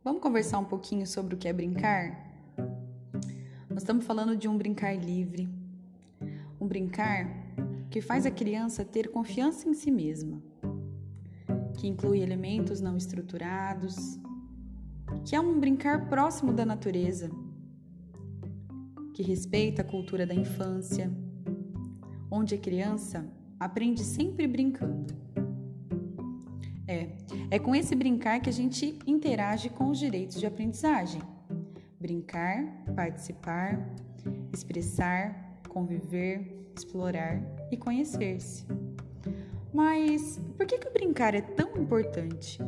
Vamos conversar um pouquinho sobre o que é brincar? Nós estamos falando de um brincar livre, um brincar que faz a criança ter confiança em si mesma, que inclui elementos não estruturados, que é um brincar próximo da natureza, que respeita a cultura da infância, onde a criança aprende sempre brincando. É com esse brincar que a gente interage com os direitos de aprendizagem. Brincar, participar, expressar, conviver, explorar e conhecer-se. Mas por que o brincar é tão importante?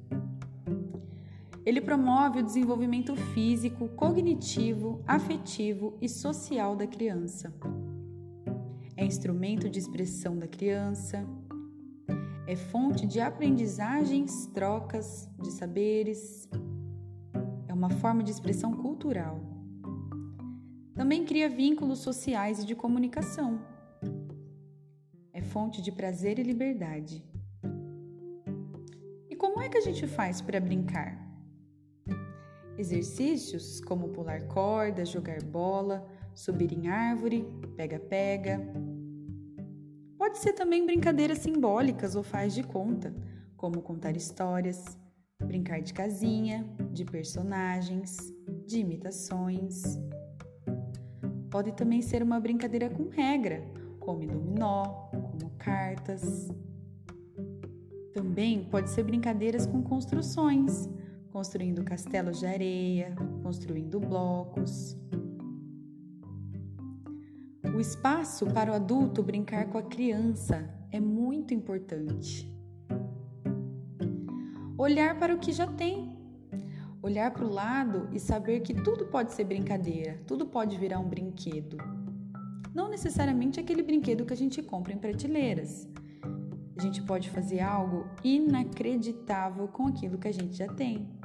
Ele promove o desenvolvimento físico, cognitivo, afetivo e social da criança. É instrumento de expressão da criança, é fonte de aprendizagens, trocas de saberes, é uma forma de expressão cultural. Também cria vínculos sociais e de comunicação. É fonte de prazer e liberdade. E como é que a gente faz para brincar? Exercícios como pular corda, jogar bola, subir em árvore, pega-pega. Pode ser também brincadeiras simbólicas ou faz de conta, como contar histórias, brincar de casinha, de personagens, de imitações. Pode também ser uma brincadeira com regra, como dominó, como cartas. Também pode ser brincadeiras com construções, construindo castelos de areia, construindo blocos. O espaço para o adulto brincar com a criança é muito importante. Olhar para o que já tem. Olhar para o lado e saber que tudo pode ser brincadeira, tudo pode virar um brinquedo. Não necessariamente aquele brinquedo que a gente compra em prateleiras. A gente pode fazer algo inacreditável com aquilo que a gente já tem.